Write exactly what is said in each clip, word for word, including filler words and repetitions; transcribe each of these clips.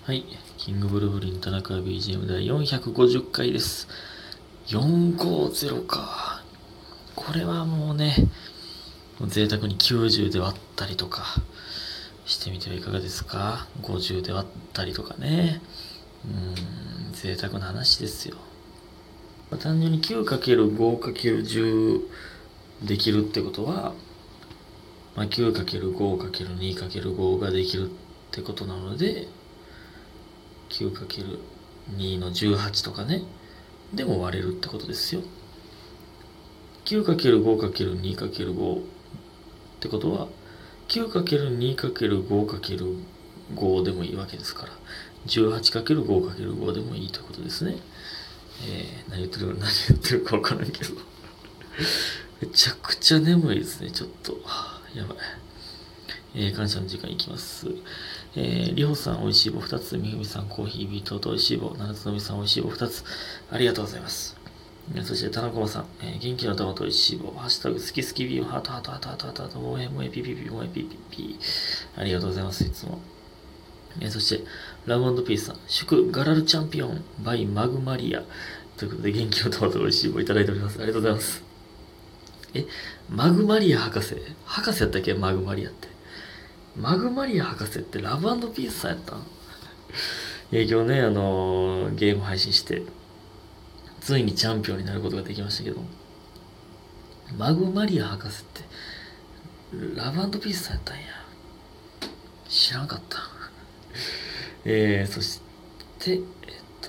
はい。キングブルブリン田中 ビージーエム 第よんひゃくごじゅっかいです。よんひゃくごじゅうか。これはもうね、贅沢にきゅうじゅうで割ったりとかしてみてはいかがですか？ ごじゅう で割ったりとかね。うーん、贅沢な話ですよ。まあ、単純に きゅうかけるごかけるじゅう できるってことは、まあ、きゅうかけるごかけるにかけるご ができるってことなので、きゅうかけるに のじゅうはちとかね、でも割れるってことですよ。きゅうかけるごかけるにかけるご ってことは きゅうかけるにかけるごかけるご でもいいわけですから、じゅうはちかけるごかけるご でもいいということですね。えー、何言ってる何言ってるか分からんけどめちゃくちゃ眠いですね。ちょっと、はあ、やばい。えー、感謝の時間いきます。えー、りほさん、おいしい棒ふたつ。みふみさん、コーヒービートとおいしい棒。七つのみさん、おいしい棒ふたつ。ありがとうございます。そして、田中駒さん、えー、元気の玉とおいしい棒。ハッシュタグ、好き好きビーム、ハートハートハートハートハートハート、萌え萌えピピピ、萌えピピピ。ありがとうございます、いつも。えー、そして、ラムピースさん、祝ガラルチャンピオン、バイマグマリア。ということで、元気の玉とおいしい棒いただいております。ありがとうございます。え、マグマリア博士博士やったっけ？マグマリアって。マグマリア博士ってラブピースさんやったん？え今日ね、あのーゲーム配信して、ついにチャンピオンになることができましたけど、マグマリア博士って、ラブピースさんやったんや。知らんかった。えー、そして、えっと、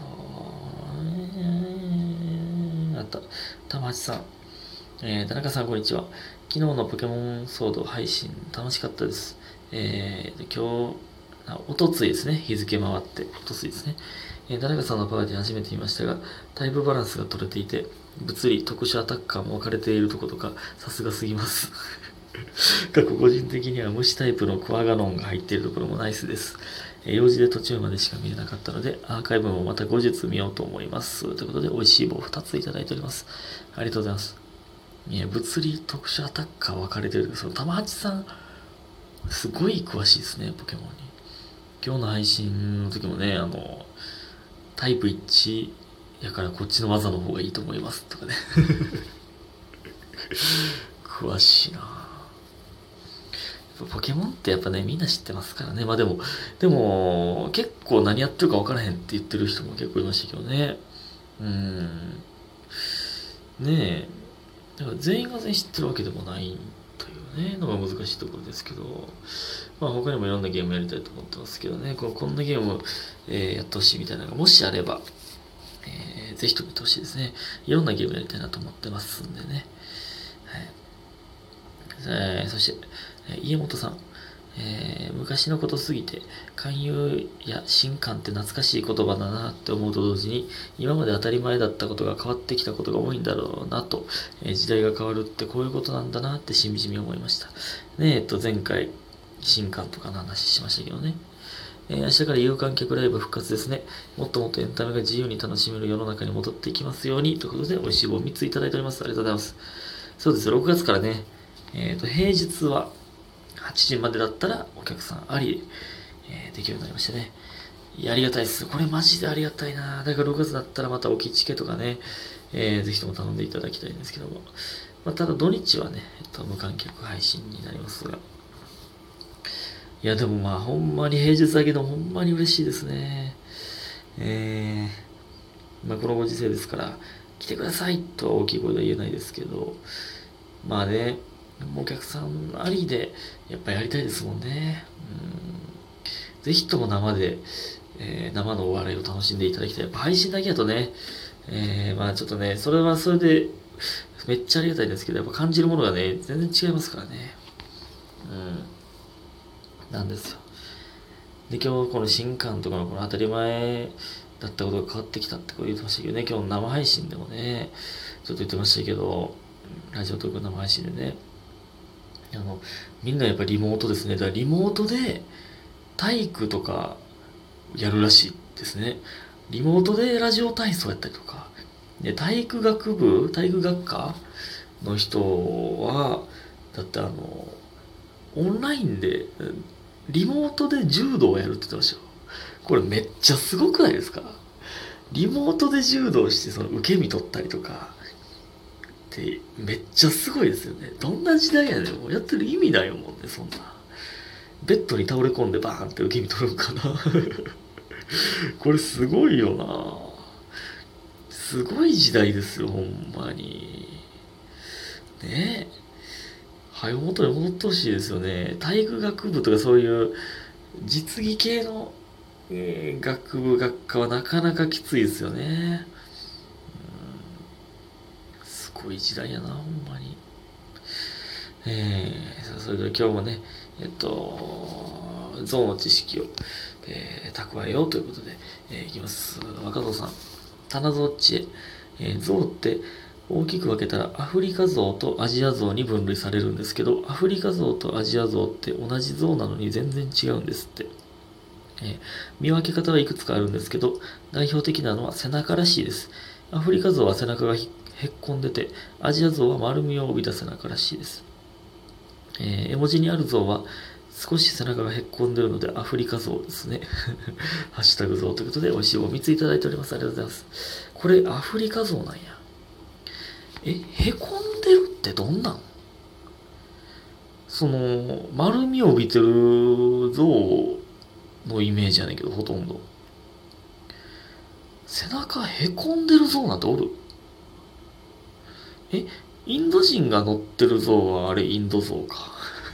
えー、あった。玉八さん。えー、田中さんこんにちは。昨日のポケモンソード配信楽しかったです。えー、今日、あおとついですね。日付回って、おとついですね。えー、田中さんのパーティー初めて見ましたが、タイプバランスが取れていて、物理、特殊アタッカーも分かれているとことか、さすがすぎます。過去個人的には虫タイプのクワガノンが入っているところもナイスです。えー用事で途中までしか見れなかったので、アーカイブもまた後日見ようと思います。ということで、美味しい棒ふたついただいております。ありがとうございます。いや、物理特殊アタッカー分かれてる。その玉八さん、すごい詳しいですね、ポケモンに。今日の配信の時もね、あの、タイプ一致やからこっちの技の方がいいと思いますとかね。詳しいなぁ。ポケモンってやっぱね、みんな知ってますからね。まあでも、でも、結構何やってるか分からへんって言ってる人も結構いましたけどね。うーん。ねえ。だから全員が全員知ってるわけでもないというね、のが難しいところですけど、まあ他にもいろんなゲームやりたいと思ってますけどね、ここんなゲーム、えーやってほしいみたいなのがもしあれば、えーぜひともやってほしいですね。いろんなゲームやりたいなと思ってますんでね。はい。えーそして、えー家元さん。えー昔のことすぎて、勧誘や新刊って懐かしい言葉だなって思うと同時に、今まで当たり前だったことが変わってきたことが多いんだろうなと、えー時代が変わるってこういうことなんだなってしみじみ思いました。ねえ、えっと、前回、新刊とかの話しましたけどね。えー明日から有観客ライブ復活ですね。もっともっとエンタメが自由に楽しめる世の中に戻っていきますように。ということで、美味しい棒みっついただいております。ありがとうございます。そうです。ろくがつからね、えっ、と、平日ははちじまでだったらお客さんあり、えーできるようになりましたね。いや、ありがたいです。これマジでありがたいな。だからろくがつだったらまた置きチケとかね、えーぜひとも頼んでいただきたいんですけども。まあ、ただ土日はね、えっと、無観客配信になりますが。いや、でもまあ、ほんまに平日だけど、ほんまに嬉しいですね。えー、まあ、このご時世ですから、来てくださいとは大きい声では言えないですけど、まあね、お客さんありで、やっぱやりたいですもんね。うん。ぜひとも生で、えー生のお笑いを楽しんでいただきたい。やっぱ配信だけだとね、えーまあちょっとね、それはそれで、めっちゃありがたいんですけど、やっぱ感じるものがね、全然違いますからね。うん。なんですよ。で、今日この新刊とかのこの当たり前だったことが変わってきたってこと言ってましたけどね、今日の生配信でもね、ちょっと言ってましたけど、ラジオトークの生配信でね、あの、みんなやっぱリモートですね。だからリモートで体育とかやるらしいですね。リモートでラジオ体操やったりとか。で、体育学部、体育学科の人は、だってあの、オンラインで、リモートで柔道をやるって言ってましたよ。 これめっちゃすごくないですか？リモートで柔道してその受け身取ったりとかってめっちゃすごいですよね。どんな時代やねん。もうやってる意味ないもんね、そんな。ベッドに倒れ込んでバーンって受け身取るんかな。これすごいよな。すごい時代ですよ、ほんまに。ねえ。はい、元に戻ってほしいですよね。体育学部とかそういう実技系の、えー学部学科はなかなかきついですよね。すごい時代やな、ほんまに。えー、それでは今日もね、えっと、象の知識を、えー蓄えようということで、えーいきます。若造さん。棚蔵っちへ、えー象って大きく分けたらアフリカゾウとアジアゾウに分類されるんですけど、アフリカゾウとアジアゾウって同じゾウなのに全然違うんですって。えー見分け方はいくつかあるんですけど、代表的なのは背中らしいです。アフリカゾウは背中がひへっこんでて、アジアゾウは丸みを帯びた背中らしいです。えー絵文字にある像は少し背中がへっこんでるのでアフリカ像ですね。ハッシュタグ像ということで美味しい棒みっついただいております。ありがとうございます。これアフリカ像なんや。え、へこんでるってどんなん？その、丸みを帯びてる像のイメージやねんけど、ほとんど。背中へこんでる像なんておる？え、インド人が乗ってる像はあれインド像か。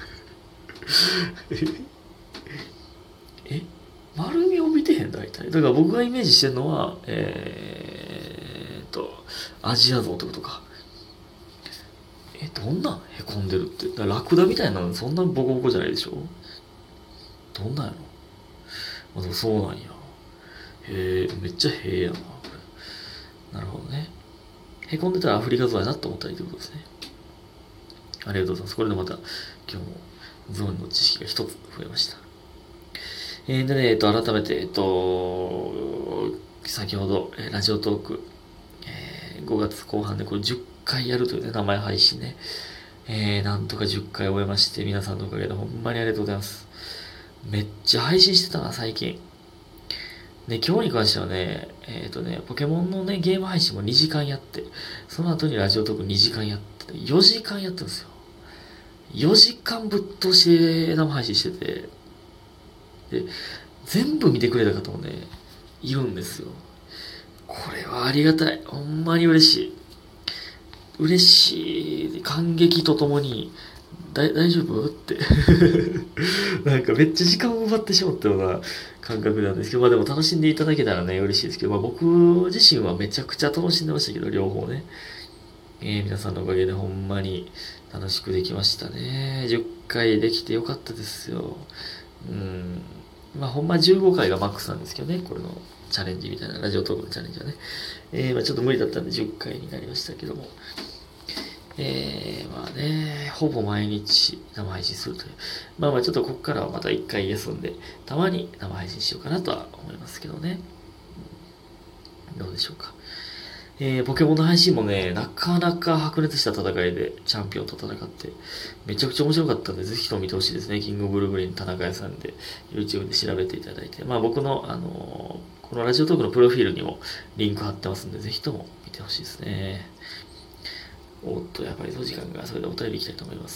え丸みを帯びてへん大体。だから僕がイメージしてるのは、えーっと、アジア像ってことか。え、どんなんへこんでるって。だからラクダみたいなのそんなボコボコじゃないでしょ？どんなんやろ？まあ、でもそうなんや。へえ、めっちゃへえやな、これ。なるほどね。へこんでたらアフリカ像やなって思ったらいいってことですね。ありがとうございます。これでまた今日もゾーンの知識が一つ増えました。えー、でね、えっと、改めて、えっと、先ほど、えーラジオトーク、えーごがつこう半でこれじゅっかいやるというね、名前配信ね、えー、なんとかじゅっかい終えまして、皆さんのおかげでほんまにありがとうございます。めっちゃ配信してたな、最近。で、今日に関してはね、えっとね、ポケモンのね、ゲーム配信もにじかんやって、その後にラジオトークにじかんやって、よじかんやってるんですよ。よじかんぶっ通しで生配信してて、で、全部見てくれた方もね、いるんですよ。これはありがたい。ほんまに嬉しい。嬉しい。感激とともに、だ大丈夫って。なんかめっちゃ時間を奪ってしまったような感覚なんですけど、まあでも楽しんでいただけたらね、嬉しいですけど、まあ僕自身はめちゃくちゃ楽しんでましたけど、両方ね。えー、皆さんのおかげでほんまに楽しくできましたね。じゅっかいできてよかったですよ。うん。まあほんまじゅうごかいがマックスなんですけどね、これのチャレンジみたいな、ラジオトークのチャレンジはね。えー、まあちょっと無理だったんでじゅっかいになりましたけども。えー、まあね、ほぼ毎日生配信するという。まあまあちょっとここからはまたいっかい休んで、たまに生配信しようかなとは思いますけどね。どうでしょうか。えー、ポケモンの配信もね、なかなか白熱した戦いでチャンピオンと戦って、めちゃくちゃ面白かったんで、ぜひとも見てほしいですね。キングオブブルーグリーン田中屋さんで、YouTube で調べていただいて。まあ僕の、あのーこのラジオトークのプロフィールにもリンク貼ってますんで、ぜひとも見てほしいですね。おっと、やばいぞ、時間が。それでお便りいきたいと思います。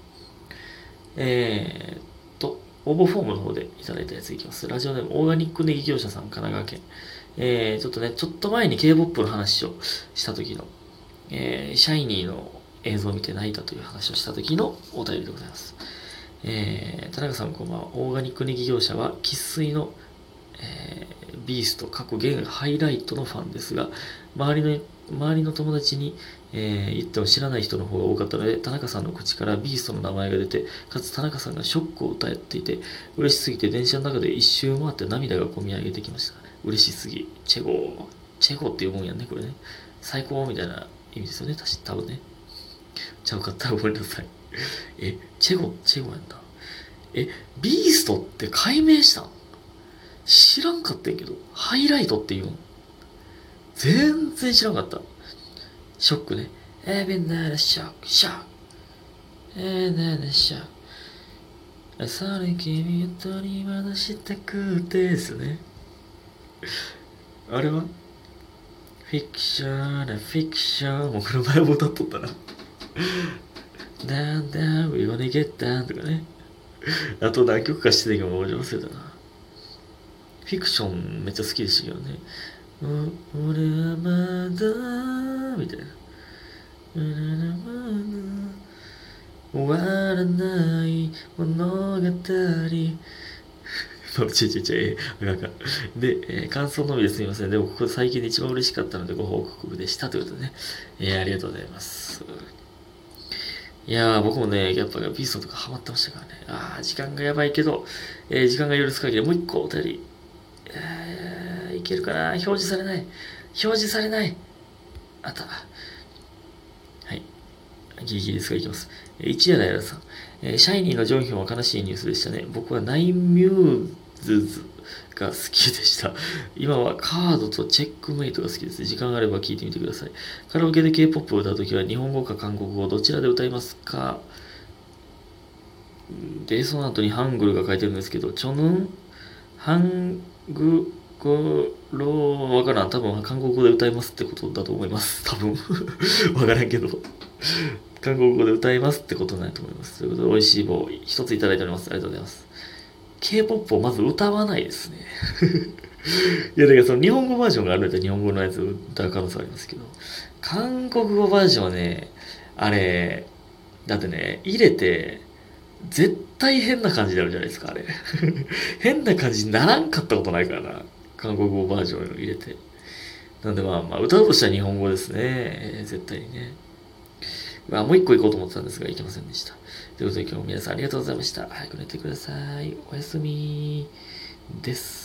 えーっと、応募フォームの方でいただいたやついきます。ラジオネーム、オーガニックネギ業者さん、神奈川県。えー、ちょっとね、ちょっと前に K-ポップ の話をした時の、えー、シャイニーの映像を見て泣いたという話をした時のお便りでございます。えー、田中さんこんばんは。オーガニックネギ業者は、生粋の、えー、ビースト過去現ハイライトのファンですが、周りの、周りの友達に、えー言っても知らない人の方が多かったので、田中さんの口からビーストの名前が出て、かつ田中さんがショックを歌っていて、嬉しすぎて電車の中で一周回って涙がこみ上げてきました。嬉しすぎ。チェゴー。チェゴーって読むんやね、これね。最高みたいな意味ですよね、確か多分ね。ちゃうかったらごめんなさい。え、チェゴ、チェゴやんだ。え、ビーストって解明したん？知らんかったんやけど。ハイライトって言うん？全然知らんかった。ショックね。エビナーショック、ショック。えー、なーショック。 朝に君とにまだしたくてですね。あれはフィクションだ、フィクション。もうこの前も歌っとったな。だんだん、We wanna get down とかね。あと何曲かしてたけど、もう忘れたな。フィクションめっちゃ好きでしたけどね。俺はまだ、みたいな。終わらない物語。ちょいちょいちょい、あかんかん。で、えー感想のみですみません。でも、ここ最近で一番嬉しかったのでご報告でした。ということでね。えーありがとうございます。いやー、僕もね、やっぱビーストとかハマってましたからね。あー、時間がやばいけど、えー時間が許す限り、もう一個お便り。えーいけるかな。表示されない。表示されない。あった。はい。ギリギリですが、いきます。えー一夜平さん。えーシャイニーのジョンヒョンは悲しいニュースでしたね。僕はナインミューズズが好きでした。今はカードとチェックメイトが好きです。時間があれば聞いてみてください。カラオケで K-ポップ を歌うときは日本語か韓国語どちらで歌いますか？で、その後にハングルが書いてるんですけど、チョヌン、ハング語ロわからん。多分韓国語で歌いますってことだと思います。多分。わからんけど。韓国語で歌いますってことないと思います。ということで、美味しい棒一ついただいております。ありがとうございます。K-ポップ をまず歌わないですね。いや、だからその日本語バージョンがあるんだったら日本語のやつを歌う可能性はありますけど、韓国語バージョンはね、あれ、だってね、入れて、絶対変な感じになるじゃないですか、あれ。変な感じにならんかったことないからな。韓国語バージョンを入れて。なんでまあまあ、歌うとしたら日本語ですね。えー絶対にね。まあ、もう一個行こうと思ってたんですが、行けませんでした。ということで今日も皆さんありがとうございました。早く寝てください。おやすみです。